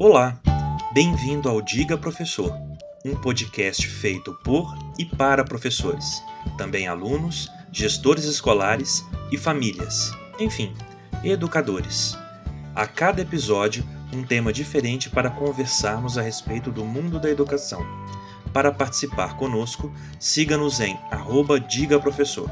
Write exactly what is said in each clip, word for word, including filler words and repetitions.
Olá, bem-vindo ao Diga Professor, um podcast feito por e para professores, também alunos, gestores escolares e famílias, enfim, educadores. A cada episódio, um tema diferente para conversarmos a respeito do mundo da educação. Para participar conosco, siga-nos em arroba Diga Professor.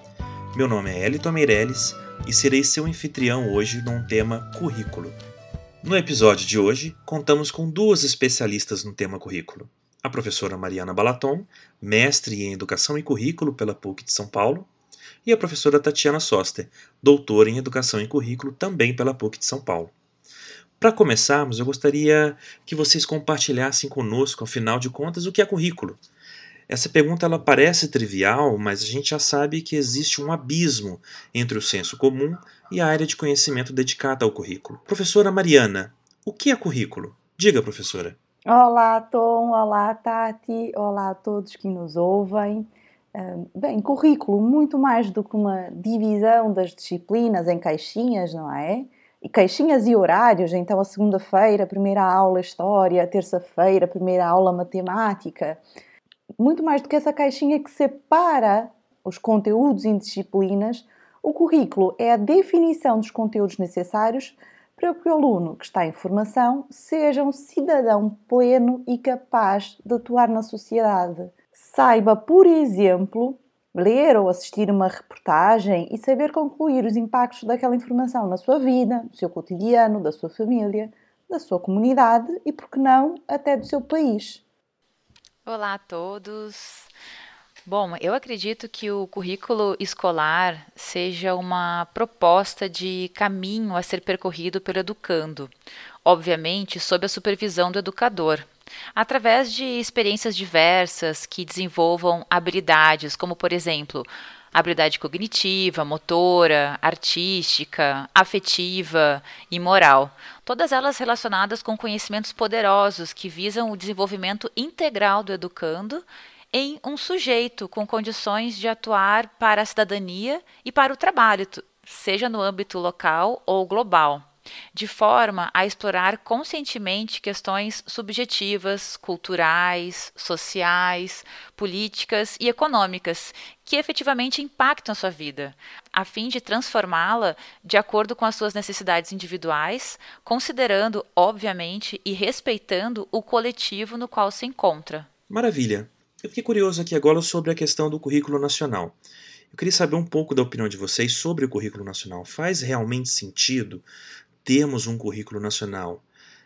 Meu nome é Elton Meirelles e serei seu anfitrião hoje num tema currículo. No episódio de hoje, contamos com duas especialistas no tema currículo. A professora Mariana Balaton, mestre em Educação e Currículo pela PUC de São Paulo, e a professora Tatiana Soster, doutora em Educação e Currículo também pela PUC de São Paulo. Para começarmos, eu gostaria que vocês compartilhassem conosco, afinal de contas, o que é currículo. Essa pergunta ela parece trivial, mas a gente já sabe que existe um abismo entre o senso comum e a área de conhecimento dedicada ao currículo. Professora Mariana, o que é currículo? Diga, professora. Olá, Tom. Olá, Tati. Olá a todos que nos ouvem. Bem, currículo, muito mais do que uma divisão das disciplinas em caixinhas, não é? E caixinhas e horários, então a segunda-feira, a primeira aula História, a terça-feira, a primeira aula Matemática. Muito mais do que essa caixinha que separa os conteúdos em disciplinas, o currículo é a definição dos conteúdos necessários para que o aluno que está em formação seja um cidadão pleno e capaz de atuar na sociedade. Saiba, por exemplo, ler ou assistir uma reportagem e saber concluir os impactos daquela informação na sua vida, no seu cotidiano, da sua família, da sua comunidade e, por que não, até do seu país. Olá a todos! Bom, eu acredito que o currículo escolar seja uma proposta de caminho a ser percorrido pelo educando, obviamente sob a supervisão do educador, através de experiências diversas que desenvolvam habilidades, como por exemplo, habilidade cognitiva, motora, artística, afetiva e moral. Todas elas relacionadas com conhecimentos poderosos que visam o desenvolvimento integral do educando em um sujeito com condições de atuar para a cidadania e para o trabalho, seja no âmbito local ou global, de forma a explorar conscientemente questões subjetivas, culturais, sociais, políticas e econômicas que efetivamente impactam a sua vida, a fim de transformá-la de acordo com as suas necessidades individuais, considerando, obviamente, e respeitando o coletivo no qual se encontra. Maravilha! Eu fiquei curioso aqui agora sobre a questão do currículo nacional. Eu queria saber um pouco da opinião de vocês sobre o currículo nacional. Faz realmente sentido termos um currículo nacional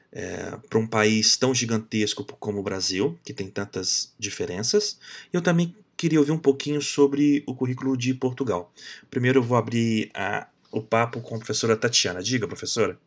é, para um país tão gigantesco como o Brasil, que tem tantas diferenças? Eu também queria ouvir um pouquinho sobre o currículo de Portugal. Primeiro eu vou abrir a, o papo com a professora Tatiana. Diga, professora.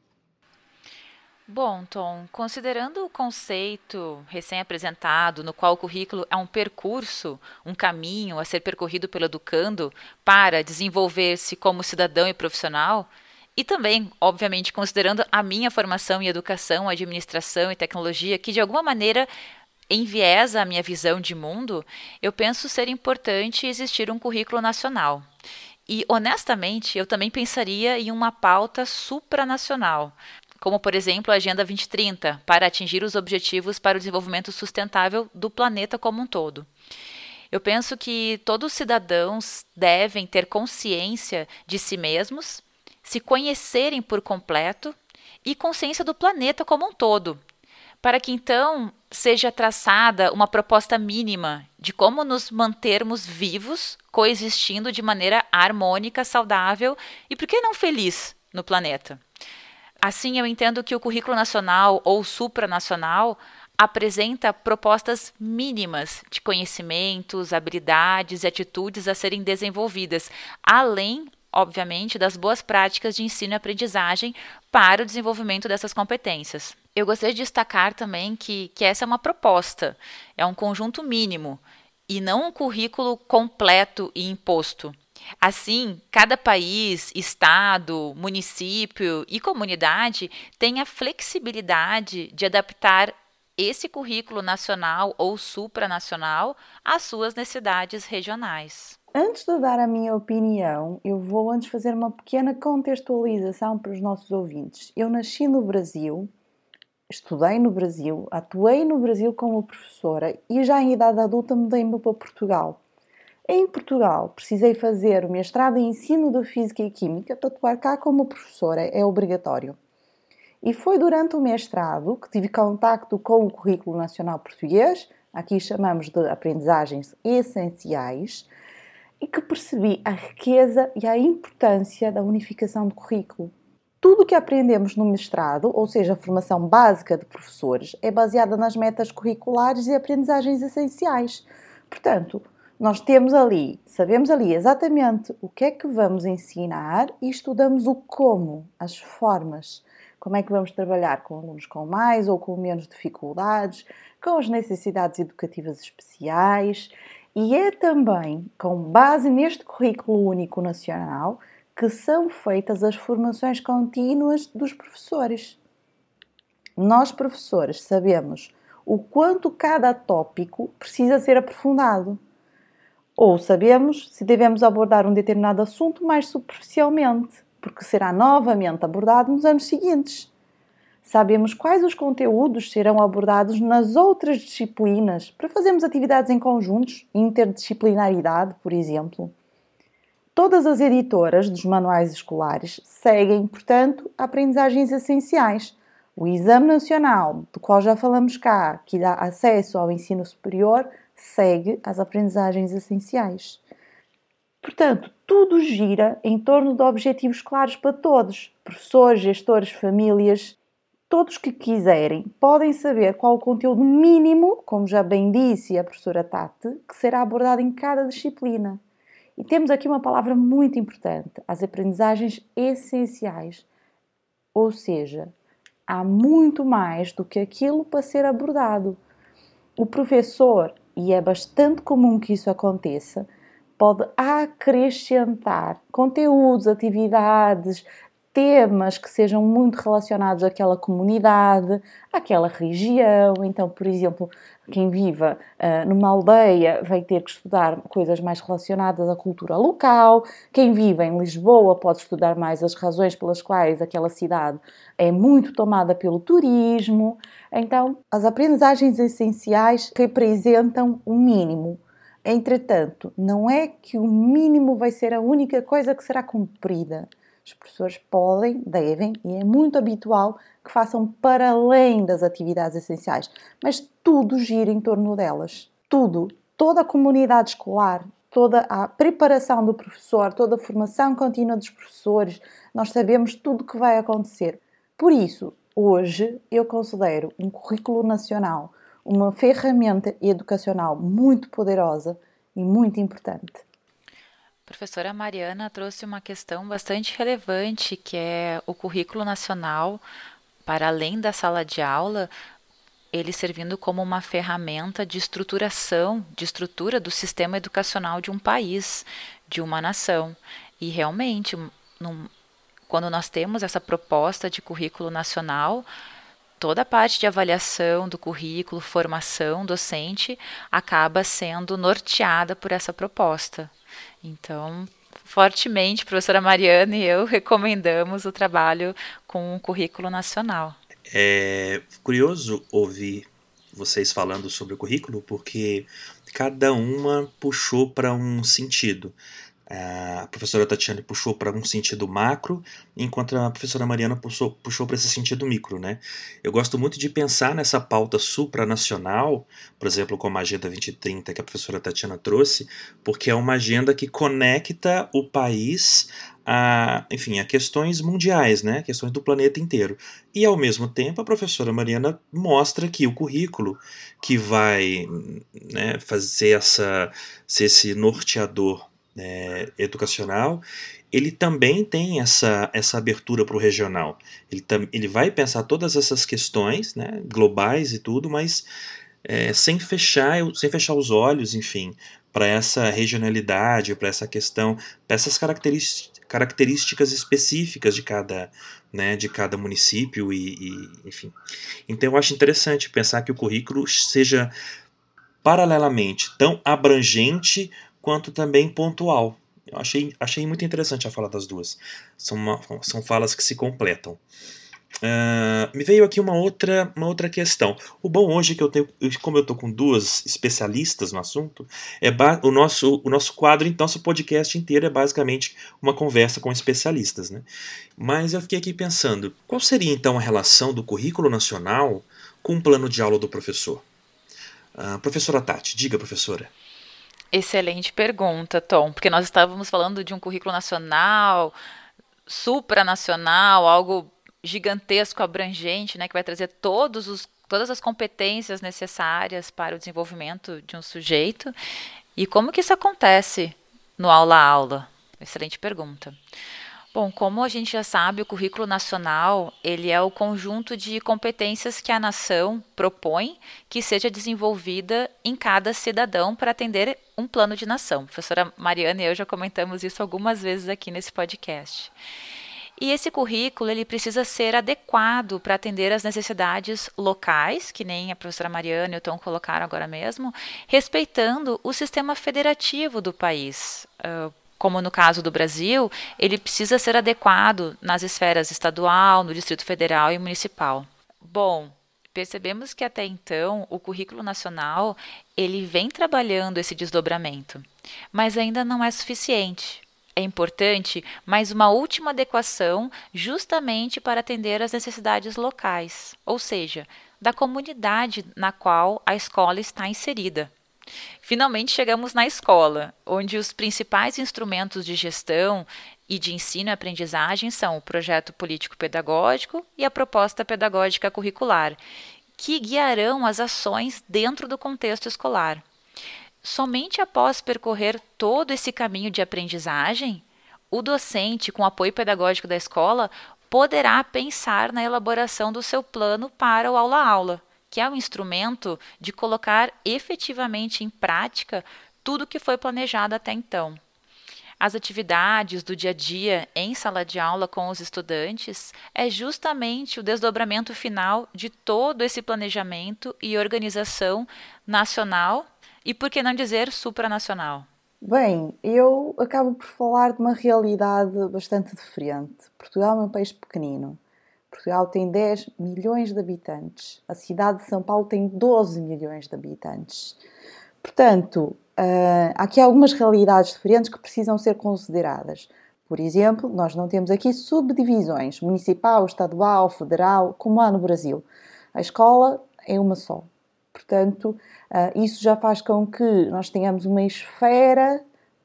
Bom, Tom, considerando o conceito recém-apresentado, no qual o currículo é um percurso, um caminho a ser percorrido pelo educando para desenvolver-se como cidadão e profissional, e também, obviamente, considerando a minha formação em educação, administração e tecnologia, que de alguma maneira enviesa a minha visão de mundo, eu penso ser importante existir um currículo nacional. E, honestamente, eu também pensaria em uma pauta supranacional, como, por exemplo, a Agenda vinte trinta, para atingir os objetivos para o desenvolvimento sustentável do planeta como um todo. Eu penso que todos os cidadãos devem ter consciência de si mesmos, se conhecerem por completo e consciência do planeta como um todo, para que então seja traçada uma proposta mínima de como nos mantermos vivos, coexistindo de maneira harmônica, saudável e, por que não, feliz no planeta. Assim, eu entendo que o currículo nacional ou supranacional apresenta propostas mínimas de conhecimentos, habilidades e atitudes a serem desenvolvidas, além, obviamente, das boas práticas de ensino e aprendizagem para o desenvolvimento dessas competências. Eu gostaria de destacar também que, que essa é uma proposta, é um conjunto mínimo e não um currículo completo e imposto. Assim, cada país, estado, município e comunidade tem a flexibilidade de adaptar esse currículo nacional ou supranacional às suas necessidades regionais. Antes de dar a minha opinião, eu vou antes fazer uma pequena contextualização para os nossos ouvintes. Eu nasci no Brasil, estudei no Brasil, atuei no Brasil como professora e já em idade adulta mudei-me para Portugal. Em Portugal, precisei fazer o mestrado em ensino de Física e Química para atuar cá como professora, é obrigatório. E foi durante o mestrado que tive contacto com o Currículo Nacional Português, aqui chamamos de aprendizagens essenciais, e que percebi a riqueza e a importância da unificação do currículo. Tudo o que aprendemos no mestrado, ou seja, a formação básica de professores, é baseada nas metas curriculares e aprendizagens essenciais. Portanto, nós temos ali, sabemos ali exatamente o que é que vamos ensinar e estudamos o como, as formas. Como é que vamos trabalhar com alunos com mais ou com menos dificuldades, com as necessidades educativas especiais. E é também com base neste currículo único nacional que são feitas as formações contínuas dos professores. Nós, professores, sabemos o quanto cada tópico precisa ser aprofundado. Ou sabemos se devemos abordar um determinado assunto mais superficialmente, porque será novamente abordado nos anos seguintes. Sabemos quais os conteúdos serão abordados nas outras disciplinas, para fazermos atividades em conjuntos, interdisciplinaridade, por exemplo. Todas as editoras dos manuais escolares seguem, portanto, aprendizagens essenciais. O Exame Nacional, do qual já falamos cá, que dá acesso ao ensino superior, segue as aprendizagens essenciais. Portanto, tudo gira em torno de objetivos claros para todos, professores, gestores, famílias. Todos que quiserem podem saber qual o conteúdo mínimo, como já bem disse a professora Tati, que será abordado em cada disciplina. E temos aqui uma palavra muito importante, as aprendizagens essenciais. Ou seja, há muito mais do que aquilo para ser abordado. O professor, e é bastante comum que isso aconteça, pode acrescentar conteúdos, atividades, temas que sejam muito relacionados àquela comunidade, àquela região. Então, por exemplo, quem viva uh, numa aldeia vai ter que estudar coisas mais relacionadas à cultura local. Quem vive em Lisboa pode estudar mais as razões pelas quais aquela cidade é muito tomada pelo turismo. Então, as aprendizagens essenciais representam o mínimo. Entretanto, não é que o mínimo vai ser a única coisa que será cumprida. Os professores podem, devem, e é muito habitual que façam para além das atividades essenciais, mas tudo gira em torno delas. Tudo, toda a comunidade escolar, toda a preparação do professor, toda a formação contínua dos professores, nós sabemos tudo o que vai acontecer. Por isso, hoje, eu considero um currículo nacional uma ferramenta educacional muito poderosa e muito importante. A professora Mariana trouxe uma questão bastante relevante, que é o currículo nacional, para além da sala de aula, ele servindo como uma ferramenta de estruturação, de estrutura do sistema educacional de um país, de uma nação. E realmente, num, quando nós temos essa proposta de currículo nacional, toda a parte de avaliação do currículo, formação docente, acaba sendo norteada por essa proposta. Então, fortemente, professora Mariana e eu recomendamos o trabalho com o currículo nacional. É curioso ouvir vocês falando sobre o currículo, porque cada uma puxou para um sentido. A professora Tatiane puxou para um sentido macro, enquanto a professora Mariana puxou, puxou para esse sentido micro, né? Eu gosto muito de pensar nessa pauta supranacional, por exemplo, como a Agenda vinte trinta que a professora Tatiana trouxe, porque é uma agenda que conecta o país a, enfim, a questões mundiais, né? Questões do planeta inteiro. E, ao mesmo tempo, a professora Mariana mostra que o currículo que vai, né, fazer essa, ser esse norteador É, educacional, ele também tem essa, essa abertura para o regional. Ele, tam, ele vai pensar todas essas questões, né, globais e tudo, mas é, sem, fechar, sem fechar os olhos, enfim, para essa regionalidade, para essa questão, para essas características, características específicas de cada, né, de cada município, e, e, enfim. Então eu acho interessante pensar que o currículo seja paralelamente tão abrangente quanto também pontual. Eu achei, achei muito interessante a fala das duas. São, uma, são falas que se completam. Uh, me veio aqui uma outra, uma outra questão. O bom hoje é que eu tenho, como eu estou com duas especialistas no assunto, é o, nosso, o nosso quadro, então, nosso podcast inteiro é basicamente uma conversa com especialistas, né? Mas eu fiquei aqui pensando, qual seria então a relação do currículo nacional com o plano de aula do professor? Uh, professora Tati, diga, professora. Excelente pergunta, Tom, porque nós estávamos falando de um currículo nacional, supranacional, algo gigantesco, abrangente, né, que vai trazer todos os, todas as competências necessárias para o desenvolvimento de um sujeito. E como que isso acontece no aula a aula? Excelente pergunta. Bom, como a gente já sabe, o currículo nacional, ele é o conjunto de competências que a nação propõe que seja desenvolvida em cada cidadão para atender um plano de nação. A professora Mariana e eu já comentamos isso algumas vezes aqui nesse podcast. E esse currículo ele precisa ser adequado para atender às necessidades locais, que nem a professora Mariana e o Tom colocaram agora mesmo, respeitando o sistema federativo do país. Uh, como no caso do Brasil, ele precisa ser adequado nas esferas estadual, no Distrito Federal e municipal. Bom, percebemos que até então o currículo nacional ele vem trabalhando esse desdobramento, mas ainda não é suficiente. É importante mais uma última adequação justamente para atender às necessidades locais, ou seja, da comunidade na qual a escola está inserida. Finalmente chegamos na escola, onde os principais instrumentos de gestão e de ensino e aprendizagem são o projeto político-pedagógico e a proposta pedagógica curricular, que guiarão as ações dentro do contexto escolar. Somente após percorrer todo esse caminho de aprendizagem, o docente, com o apoio pedagógico da escola, poderá pensar na elaboração do seu plano para o aula-aula, que é um instrumento de colocar efetivamente em prática tudo o que foi planejado até então. As atividades do dia a dia em sala de aula com os estudantes é justamente o desdobramento final de todo esse planejamento e organização nacional e, por que não dizer, supranacional? Bem, eu acabo por falar de uma realidade bastante diferente. Portugal é um país pequenino. Portugal tem dez milhões de habitantes. A cidade de São Paulo tem doze milhões de habitantes. Portanto, uh, há aqui algumas realidades diferentes que precisam ser consideradas. Por exemplo, nós não temos aqui subdivisões, municipal, estadual, federal, como há no Brasil. A escola é uma só. Portanto, uh, isso já faz com que nós tenhamos uma esfera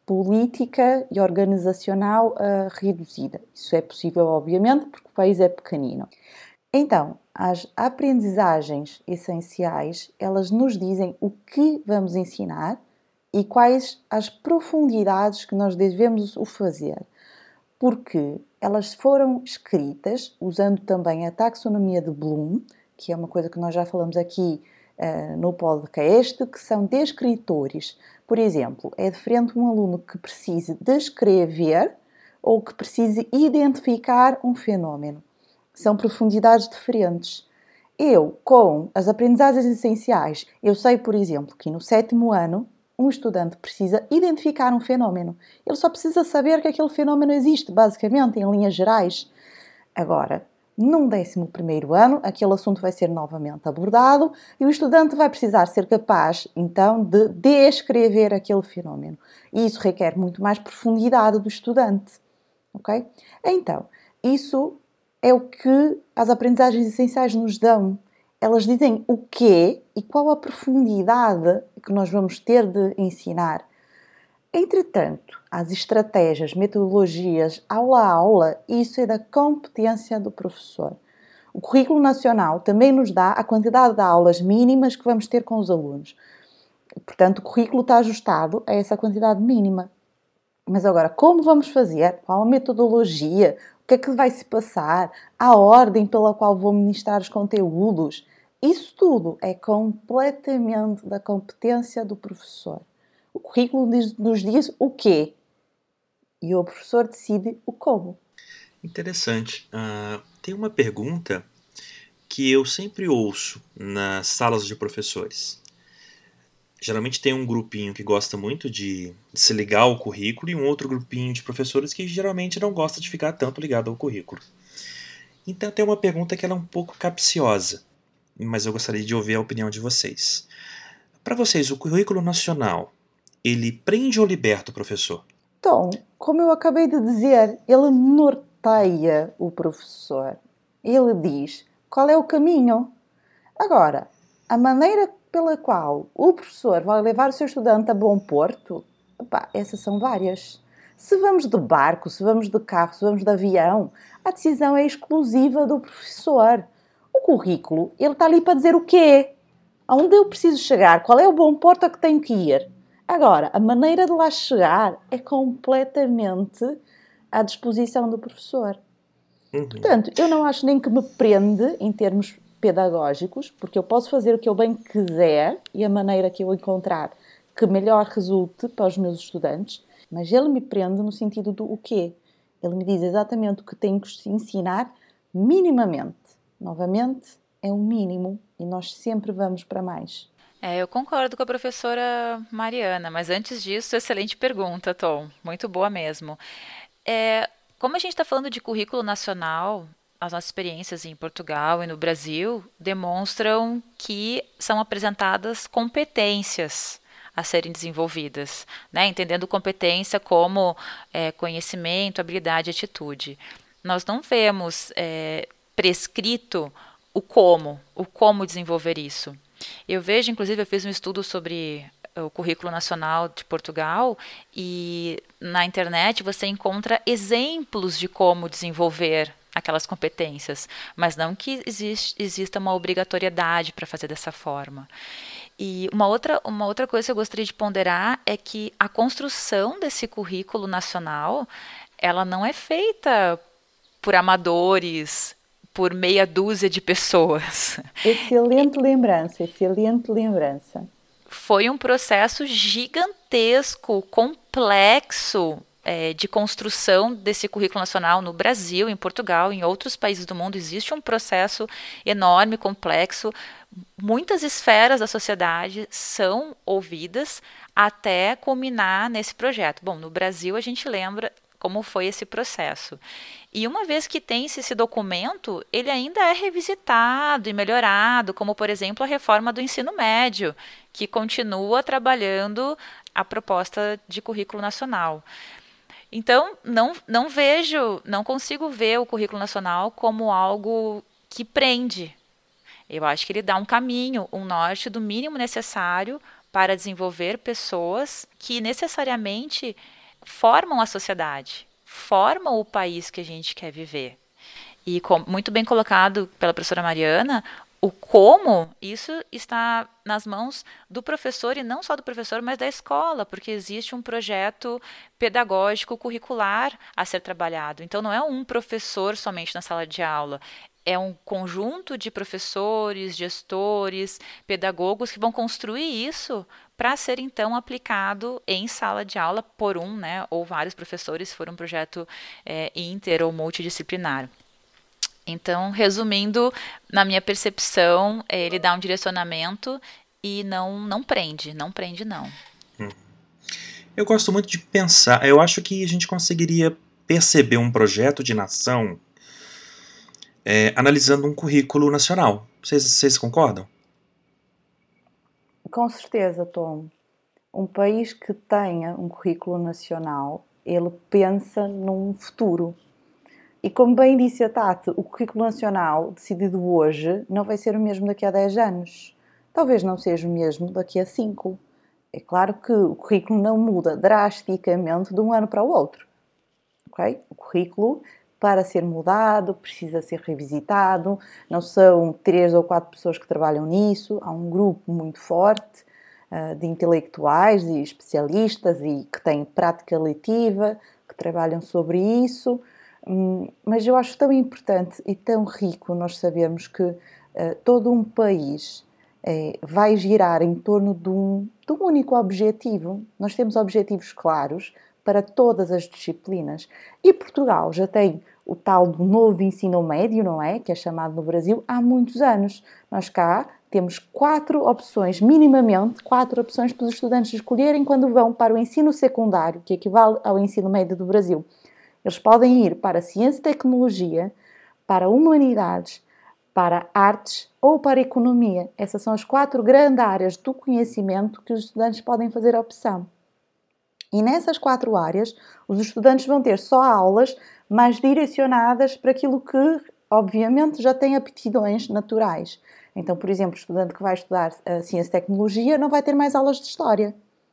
política e organizacional uh, reduzida. Isso é possível, obviamente, porque o país é pequenino. Então, as aprendizagens essenciais, elas nos dizem o que vamos ensinar e quais as profundidades que nós devemos o fazer. Porque elas foram escritas usando também a taxonomia de Bloom, que é uma coisa que nós já falamos aqui uh, no podcast, que são descritores. Por exemplo, é diferente um aluno que precise descrever ou que precise identificar um fenómeno. São profundidades diferentes. Eu, com as aprendizagens essenciais, eu sei, por exemplo, que no sétimo ano um estudante precisa identificar um fenómeno. Ele só precisa saber que aquele fenómeno existe, basicamente, em linhas gerais. Agora, num décimo primeiro ano, aquele assunto vai ser novamente abordado e o estudante vai precisar ser capaz, então, de descrever aquele fenómeno. E isso requer muito mais profundidade do estudante. Ok? Então, isso é o que as aprendizagens essenciais nos dão. Elas dizem o quê e qual a profundidade que nós vamos ter de ensinar. Entretanto, as estratégias, metodologias, aula a aula, isso é da competência do professor. O currículo nacional também nos dá a quantidade de aulas mínimas que vamos ter com os alunos. Portanto, o currículo está ajustado a essa quantidade mínima. Mas agora, como vamos fazer? Qual a metodologia? O que é que vai se passar? A ordem pela qual vou ministrar os conteúdos? Isso tudo é completamente da competência do professor. O currículo nos diz o quê e o professor decide o como. Interessante. Uh, tem uma pergunta que eu sempre ouço nas salas de professores. Geralmente tem um grupinho que gosta muito de, de se ligar ao currículo e um outro grupinho de professores que geralmente não gosta de ficar tanto ligado ao currículo. Então tem uma pergunta que ela é um pouco capciosa, mas eu gostaria de ouvir a opinião de vocês. Para vocês, o currículo nacional, ele prende ou liberta o professor? Então, como eu acabei de dizer, ele norteia o professor. Ele diz qual é o caminho. Agora, a maneira pela qual o professor vai levar o seu estudante a bom porto, opa, essas são várias. Se vamos de barco, se vamos de carro, se vamos de avião, a decisão é exclusiva do professor. O currículo, ele está ali para dizer o quê? Aonde eu preciso chegar? Qual é o bom porto a que tenho que ir? Agora, a maneira de lá chegar é completamente à disposição do professor. Uhum. Portanto, eu não acho nem que me prende em termos pedagógicos, porque eu posso fazer o que eu bem quiser e a maneira que eu encontrar que melhor resulte para os meus estudantes, mas ele me prende no sentido do o quê? Ele me diz exatamente o que tenho que ensinar minimamente. Novamente, é o mínimo e nós sempre vamos para mais. É, eu concordo com a professora Mariana, mas antes disso, excelente pergunta, Tom. Muito boa mesmo. É, como a gente está falando de currículo nacional, as nossas experiências em Portugal e no Brasil demonstram que são apresentadas competências a serem desenvolvidas, né? Entendendo competência como é, conhecimento, habilidade, atitude. Nós não vemos é, prescrito o como, o como desenvolver isso. Eu vejo, inclusive, eu fiz um estudo sobre o currículo nacional de Portugal e na internet você encontra exemplos de como desenvolver aquelas competências, mas não que existe, exista uma obrigatoriedade para fazer dessa forma. E uma outra, uma outra coisa que eu gostaria de ponderar é que a construção desse currículo nacional, ela não é feita por amadores, por meia dúzia de pessoas. Excelente lembrança, excelente lembrança. Foi um processo gigantesco, complexo, é, de construção desse currículo nacional no Brasil, em Portugal, em outros países do mundo. Existe um processo enorme, complexo. Muitas esferas da sociedade são ouvidas até culminar nesse projeto. Bom, no Brasil a gente lembra como foi esse processo. E uma vez que tem-se esse documento, ele ainda é revisitado e melhorado, como, por exemplo, a reforma do ensino médio, que continua trabalhando a proposta de currículo nacional. Então, não, não vejo, não consigo ver o currículo nacional como algo que prende. Eu acho que ele dá um caminho, um norte do mínimo necessário para desenvolver pessoas que necessariamente formam a sociedade, formam o país que a gente quer viver. E com, muito bem colocado pela professora Mariana, o como, isso está nas mãos do professor, e não só do professor, mas da escola, porque existe um projeto pedagógico curricular a ser trabalhado. Então, não é um professor somente na sala de aula, é um conjunto de professores, gestores, pedagogos que vão construir isso para ser, então, aplicado em sala de aula por um, né, ou vários professores, se for um projeto é, inter ou multidisciplinar. Então, resumindo, na minha percepção, ele dá um direcionamento e não, não prende, não prende não. Eu gosto muito de pensar, eu acho que a gente conseguiria perceber um projeto de nação é, analisando um currículo nacional. Vocês, vocês concordam? Com certeza, Tom. Um país que tenha um currículo nacional, ele pensa num futuro. E como bem disse a Tati, o currículo nacional decidido hoje não vai ser o mesmo daqui a dez anos. Talvez não seja o mesmo daqui a cinco. É claro que o currículo não muda drasticamente de um ano para o outro. Okay? O currículo, para ser mudado, precisa ser revisitado. Não são três ou quatro pessoas que trabalham nisso. Há um grupo muito forte uh, de intelectuais e especialistas e que têm prática letiva, que trabalham sobre isso. Hum, mas eu acho tão importante e tão rico nós sabemos que uh, todo um país uh, vai girar em torno de um, de um único objetivo. Nós temos objetivos claros para todas as disciplinas. E Portugal já tem o tal do novo ensino médio, não é? Que é chamado no Brasil há muitos anos. Nós cá temos quatro opções, minimamente quatro opções para os estudantes escolherem quando vão para o ensino secundário, que equivale ao ensino médio do Brasil. Eles podem ir para a ciência e tecnologia, para humanidades, para artes ou para economia. Essas são as quatro grandes áreas do conhecimento que os estudantes podem fazer a opção. E nessas quatro áreas, os estudantes vão ter só aulas mais direcionadas para aquilo que, obviamente, já tem aptidões naturais. Então, por exemplo, o estudante que vai estudar a ciência e tecnologia não vai ter mais aulas de história.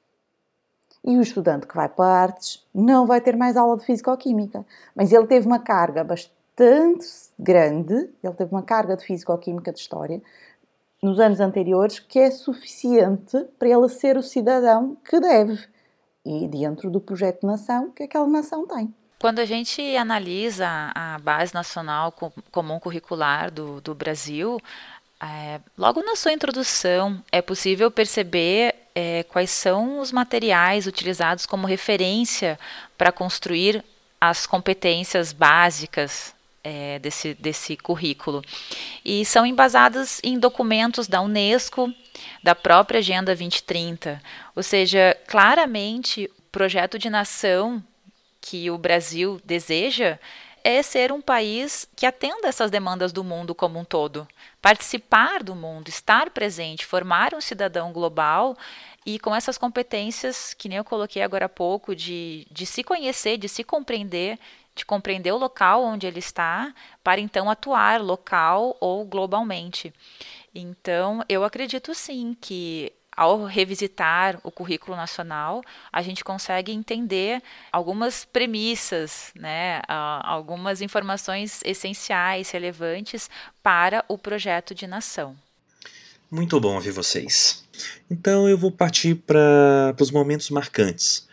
E o estudante que vai para artes não vai ter mais aula de físico-química. Mas ele teve uma carga bastante grande, ele teve uma carga de físico-química de história, nos anos anteriores, que é suficiente para ele ser o cidadão que deve. E dentro do projeto de nação que aquela nação tem. Quando a gente analisa a Base Nacional Comum Curricular do, do Brasil, é, logo na sua introdução é possível perceber é, quais são os materiais utilizados como referência para construir as competências básicas é, desse, desse currículo. E são embasados em documentos da Unesco, da própria Agenda vinte trinta, ou seja, claramente o projeto de nação que o Brasil deseja é ser um país que atenda essas demandas do mundo como um todo, participar do mundo, estar presente, formar um cidadão global e com essas competências, que nem eu coloquei agora há pouco, de, de se conhecer, de se compreender, de compreender o local onde ele está, para então atuar local ou globalmente. Então, eu acredito sim que ao revisitar o currículo nacional, a gente consegue entender algumas premissas, né, algumas informações essenciais, relevantes para o projeto de nação. Muito bom ouvir vocês. Então eu vou partir para os momentos marcantes.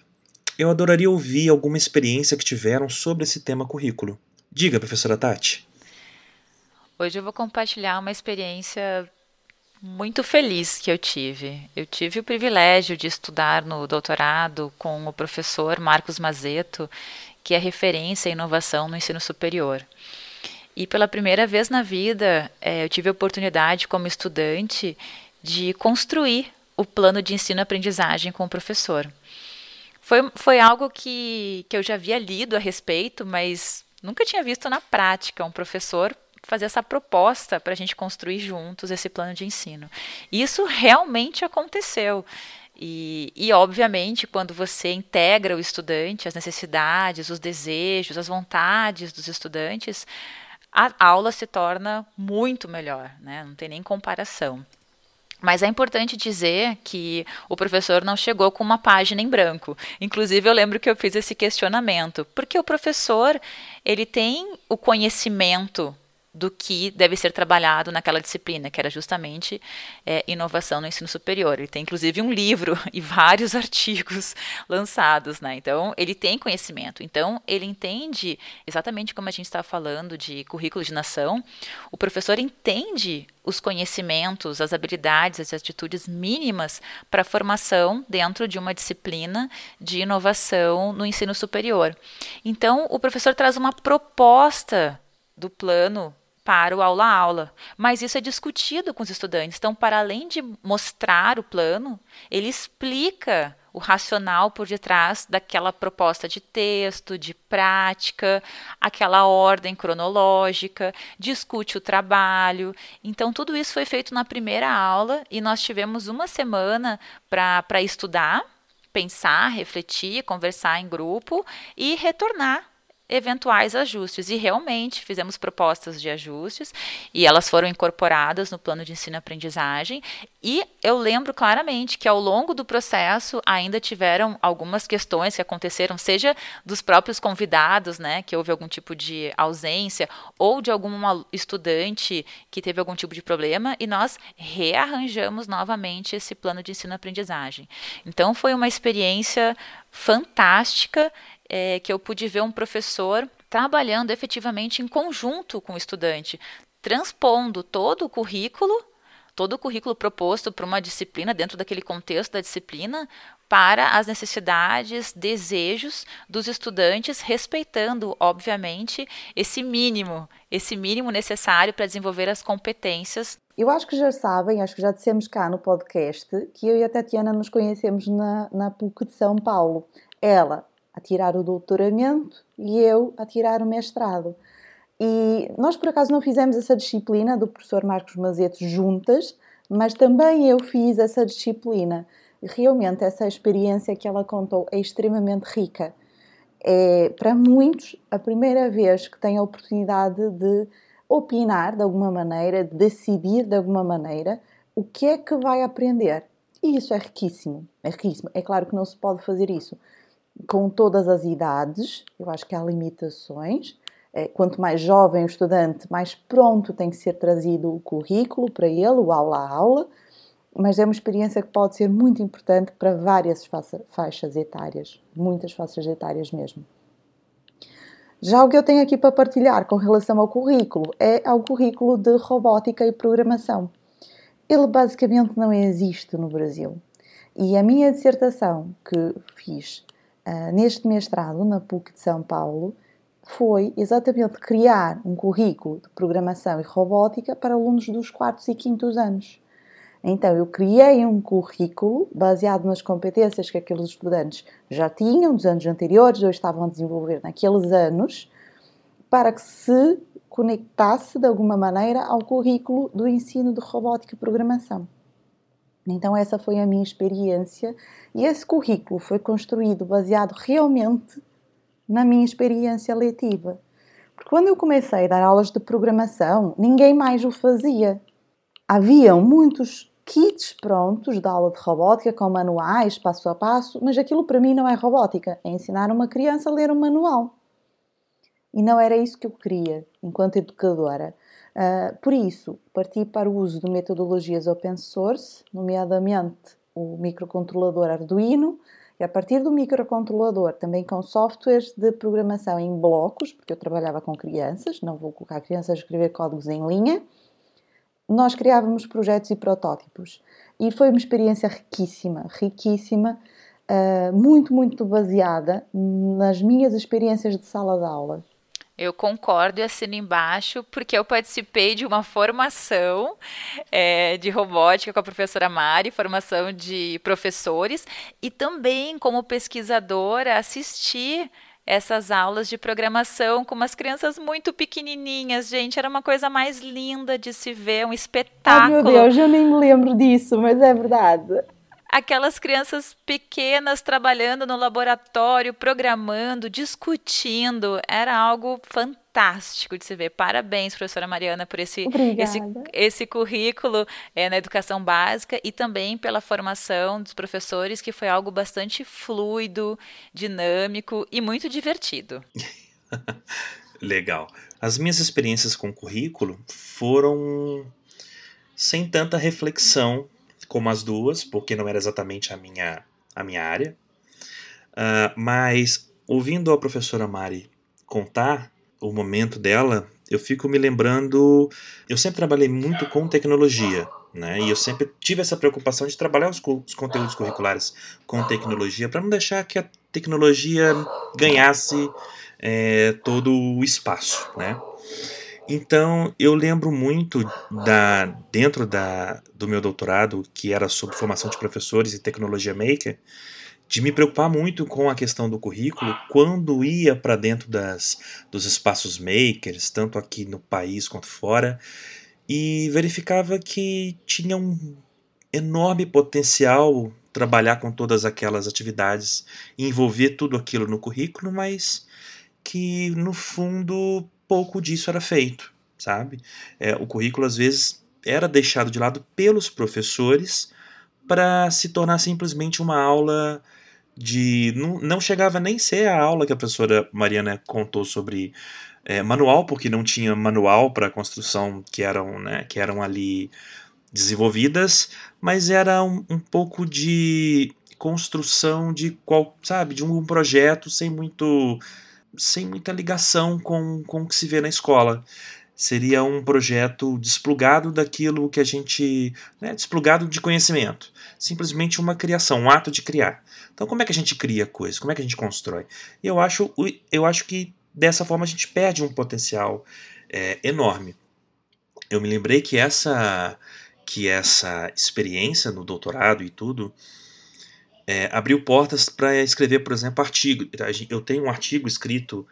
Eu adoraria ouvir alguma experiência que tiveram sobre esse tema currículo. Diga, professora Tati. Hoje eu vou compartilhar uma experiência muito feliz que eu tive. Eu tive o privilégio de estudar no doutorado com o professor Marcos Mazeto, que é referência em inovação no ensino superior. E pela primeira vez na vida, é, eu tive a oportunidade, como estudante, de construir o plano de ensino-aprendizagem com o professor. Foi, foi algo que, que eu já havia lido a respeito, mas nunca tinha visto na prática um professor fazer essa proposta para a gente construir juntos esse plano de ensino. E isso realmente aconteceu. E, e, obviamente, quando você integra o estudante, as necessidades, os desejos, as vontades dos estudantes, a aula se torna muito melhor, né? Não tem nem comparação. Mas é importante dizer que o professor não chegou com uma página em branco. Inclusive, eu lembro que eu fiz esse questionamento, porque o professor ele tem o conhecimento do que deve ser trabalhado naquela disciplina, que era justamente é, inovação no ensino superior. Ele tem, inclusive, um livro e vários artigos lançados, né? Então, ele tem conhecimento. Então, ele entende, exatamente como a gente está falando de currículo de nação, o professor entende os conhecimentos, as habilidades, as atitudes mínimas para a formação dentro de uma disciplina de inovação no ensino superior. Então, o professor traz uma proposta do plano para o aula-aula, mas isso é discutido com os estudantes. Então, para além de mostrar o plano, ele explica o racional por detrás daquela proposta de texto, de prática, aquela ordem cronológica, discute o trabalho. Então, tudo isso foi feito na primeira aula e nós tivemos uma semana para estudar, pensar, refletir, conversar em grupo e retornar eventuais ajustes, e realmente fizemos propostas de ajustes e elas foram incorporadas no plano de ensino-aprendizagem, e eu lembro claramente que ao longo do processo ainda tiveram algumas questões que aconteceram, seja dos próprios convidados, né, que houve algum tipo de ausência, ou de algum estudante que teve algum tipo de problema, e nós rearranjamos novamente esse plano de ensino-aprendizagem. Então foi uma experiência fantástica, É, que eu pude ver um professor trabalhando efetivamente em conjunto com o estudante, transpondo todo o currículo, todo o currículo proposto para uma disciplina, dentro daquele contexto da disciplina, para as necessidades, desejos dos estudantes, respeitando, obviamente, esse mínimo, esse mínimo necessário para desenvolver as competências. Eu acho que já sabem, acho que já dissemos cá no podcast, que eu e a Tatiana nos conhecemos na, na P U C de São Paulo. Ela a tirar o doutoramento e eu a tirar o mestrado. E nós, por acaso, não fizemos essa disciplina do professor Marcos Mazeto juntas, mas também eu fiz essa disciplina. Realmente, essa experiência que ela contou é extremamente rica. É, para muitos, a primeira vez que têm a oportunidade de opinar de alguma maneira, de decidir de alguma maneira o que é que vai aprender. E isso é riquíssimo, é riquíssimo. É claro que não se pode fazer isso com todas as idades, eu acho que há limitações. Quanto mais jovem o estudante, mais pronto tem que ser trazido o currículo para ele, o aula a aula, mas é uma experiência que pode ser muito importante para várias faixas etárias, muitas faixas etárias mesmo. Já o que eu tenho aqui para partilhar com relação ao currículo é ao currículo de robótica e programação. Ele basicamente não existe no Brasil. E a minha dissertação que fiz uh, neste mestrado na P U C de São Paulo foi exatamente criar um currículo de programação e robótica para alunos dos quartos e quintos anos. Então, eu criei um currículo baseado nas competências que aqueles estudantes já tinham dos anos anteriores ou estavam a desenvolver naqueles anos, para que se conectasse de alguma maneira ao currículo do ensino de robótica e programação. Então, essa foi a minha experiência e esse currículo foi construído baseado realmente na minha experiência letiva. Porque quando eu comecei a dar aulas de programação, ninguém mais o fazia. Haviam muitos kits prontos de aula de robótica, com manuais, passo a passo, mas aquilo para mim não é robótica, é ensinar uma criança a ler um manual. E não era isso que eu queria, enquanto educadora. Uh, por isso, parti para o uso de metodologias open source, nomeadamente o microcontrolador Arduino, e a partir do microcontrolador, também com softwares de programação em blocos, porque eu trabalhava com crianças, não vou colocar crianças a escrever códigos em linha, nós criávamos projetos e protótipos. E foi uma experiência riquíssima, riquíssima, uh, muito, muito baseada nas minhas experiências de sala de aula. Eu concordo e assino embaixo, porque eu participei de uma formação é, de robótica com a professora Mari, formação de professores, e também, como pesquisadora, assisti essas aulas de programação com umas crianças muito pequenininhas, gente. Era uma coisa mais linda de se ver, um espetáculo. Ai, meu Deus, eu nem me lembro disso, mas é verdade. Aquelas crianças pequenas trabalhando no laboratório, programando, discutindo, era algo fantástico de se ver. Parabéns, professora Mariana, por esse, esse, esse currículo é, na educação básica e também pela formação dos professores, que foi algo bastante fluido, dinâmico e muito divertido. Legal. As minhas experiências com currículo foram sem tanta reflexão como as duas, porque não era exatamente a minha, a minha área. Uh, mas, ouvindo a professora Mari contar o momento dela, eu fico me lembrando... Eu sempre trabalhei muito com tecnologia, né? E eu sempre tive essa preocupação de trabalhar os, os conteúdos curriculares com tecnologia, para não deixar que a tecnologia ganhasse é, todo o espaço, né? Então, eu lembro muito, da, dentro da, do meu doutorado, que era sobre formação de professores e tecnologia maker, de me preocupar muito com a questão do currículo quando ia para dentro das, dos espaços makers, tanto aqui no país quanto fora, e verificava que tinha um enorme potencial trabalhar com todas aquelas atividades, envolver tudo aquilo no currículo, mas que, no fundo, pouco disso era feito, sabe? É, o currículo, às vezes, era deixado de lado pelos professores para se tornar simplesmente uma aula de... Não, não chegava nem a ser a aula que a professora Mariana contou sobre é, manual, porque não tinha manual para construção que eram, né, que eram ali desenvolvidas, mas era um, um pouco de construção de, qual, sabe, de um projeto sem muito... sem muita ligação com, com o que se vê na escola. Seria um projeto desplugado daquilo que a gente... Né, desplugado de conhecimento. Simplesmente uma criação, um ato de criar. Então, como é que a gente cria coisas? Como é que a gente constrói? E eu acho, eu acho que dessa forma a gente perde um potencial é, enorme. Eu me lembrei que essa, que essa experiência no doutorado e tudo... É, abriu portas para escrever, por exemplo, artigo. Eu tenho um artigo escrito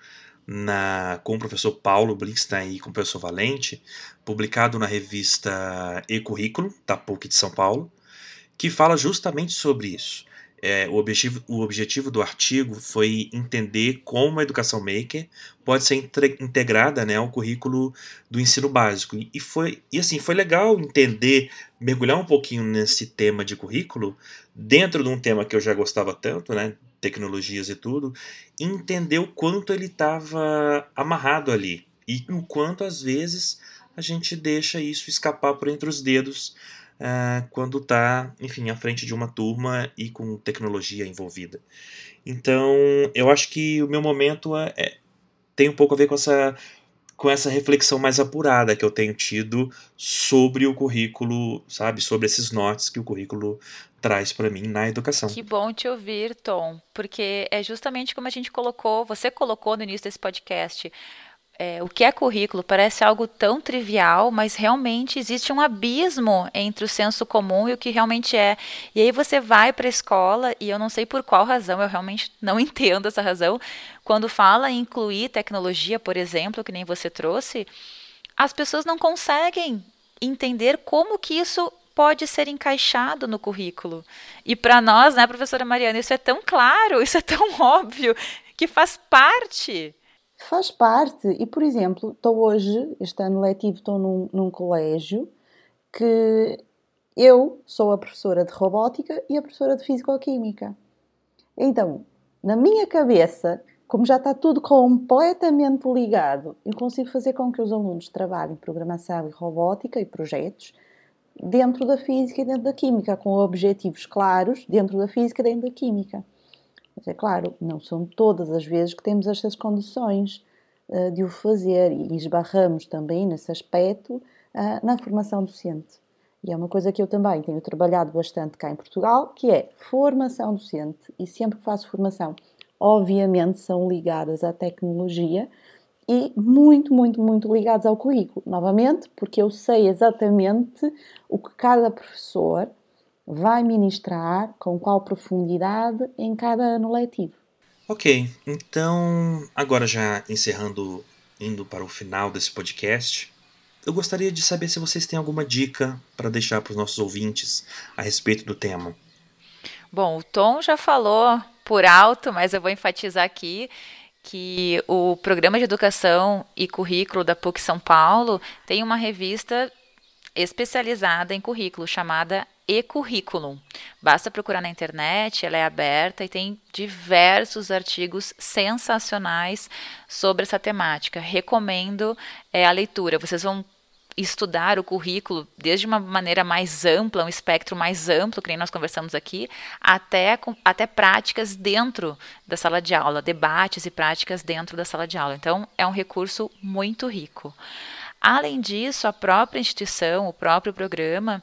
na, com o professor Paulo Blinstein e com o professor Valente, publicado na revista E-Currículo, da PUC de São Paulo, que fala justamente sobre isso. É, o, objetivo, o objetivo do artigo foi entender como a educação maker pode ser entre, integrada, né, ao currículo do ensino básico. E, foi, e assim, foi legal entender, mergulhar um pouquinho nesse tema de currículo, dentro de um tema que eu já gostava tanto, né, tecnologias e tudo, e entender o quanto ele estava amarrado ali. E o quanto, às vezes, a gente deixa isso escapar por entre os dedos, Uh, quando está, enfim, à frente de uma turma e com tecnologia envolvida. Então, eu acho que o meu momento é, é, tem um pouco a ver com essa, com essa reflexão mais apurada que eu tenho tido sobre o currículo, sabe, sobre esses nortes que o currículo traz para mim na educação. Que bom te ouvir, Tom, porque é justamente como a gente colocou, você colocou no início desse podcast. É, o que é currículo parece algo tão trivial, mas realmente existe um abismo entre o senso comum e o que realmente é. E aí você vai para a escola, e eu não sei por qual razão, eu realmente não entendo essa razão, quando fala em incluir tecnologia, por exemplo, que nem você trouxe, as pessoas não conseguem entender como que isso pode ser encaixado no currículo. E para nós, né, professora Mariana, isso é tão claro, isso é tão óbvio, que faz parte. Faz parte. E, por exemplo, estou hoje, este ano letivo, estou num, num colégio que eu sou a professora de robótica e a professora de físico-química. Então, na minha cabeça, como já está tudo completamente ligado, eu consigo fazer com que os alunos trabalhem programação e robótica e projetos dentro da física e dentro da química, com objetivos claros dentro da física e dentro da química. Mas é claro, não são todas as vezes que temos estas condições uh, de o fazer e esbarramos também nesse aspecto uh, na formação docente. E é uma coisa que eu também tenho trabalhado bastante cá em Portugal, que é formação docente. E sempre que faço formação, obviamente são ligadas à tecnologia e muito, muito, muito ligadas ao currículo. Novamente, porque eu sei exatamente o que cada professor vai ministrar, com qual profundidade em cada ano letivo. Ok, então agora já encerrando, indo para o final desse podcast, eu gostaria de saber se vocês têm alguma dica para deixar para os nossos ouvintes a respeito do tema. Bom, o Tom já falou por alto, mas eu vou enfatizar aqui que o Programa de Educação e Currículo da PUC São Paulo tem uma revista especializada em currículo chamada E-Curriculum. Basta procurar na internet, ela é aberta e tem diversos artigos sensacionais sobre essa temática. Recomendo é, a leitura. Vocês vão estudar o currículo desde uma maneira mais ampla, um espectro mais amplo, que nem nós conversamos aqui, até, até práticas dentro da sala de aula, debates e práticas dentro da sala de aula. Então, é um recurso muito rico. Além disso, a própria instituição, o próprio programa,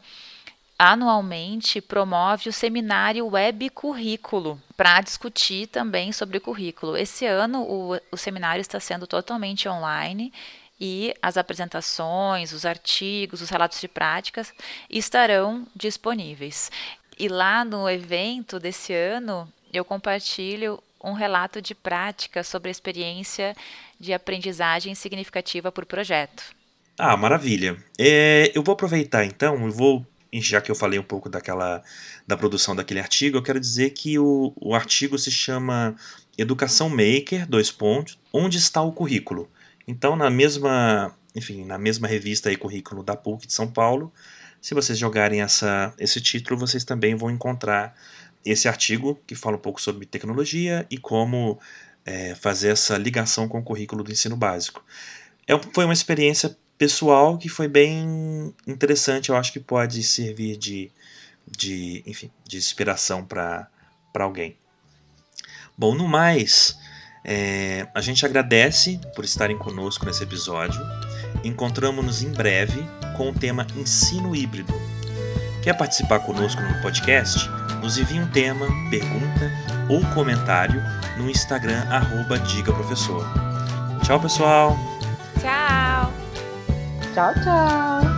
anualmente promove o seminário Web Currículo para discutir também sobre o currículo. Esse ano o, o seminário está sendo totalmente online e as apresentações, os artigos, os relatos de práticas estarão disponíveis. E lá no evento desse ano eu compartilho um relato de prática sobre a experiência de aprendizagem significativa por projeto. Ah, maravilha. É, eu vou aproveitar então, eu vou, já que eu falei um pouco daquela, da produção daquele artigo, eu quero dizer que o, o artigo se chama Educação Maker, dois pontos, onde está o currículo? Então, na mesma, enfim, na mesma revista aí, currículo da PUC de São Paulo, se vocês jogarem essa, esse título, vocês também vão encontrar esse artigo que fala um pouco sobre tecnologia e como é, fazer essa ligação com o currículo do ensino básico. É, foi uma experiência pessoal que foi bem interessante, eu acho que pode servir de, de, enfim, de inspiração para alguém. Bom, no mais, é, a gente agradece por estarem conosco nesse episódio. Encontramos-nos em breve com o tema Ensino Híbrido. Quer participar conosco no podcast? Nos envie um tema, pergunta ou comentário no Instagram arroba Diga Professor. Tchau, pessoal! Tchau! Tchau, tchau!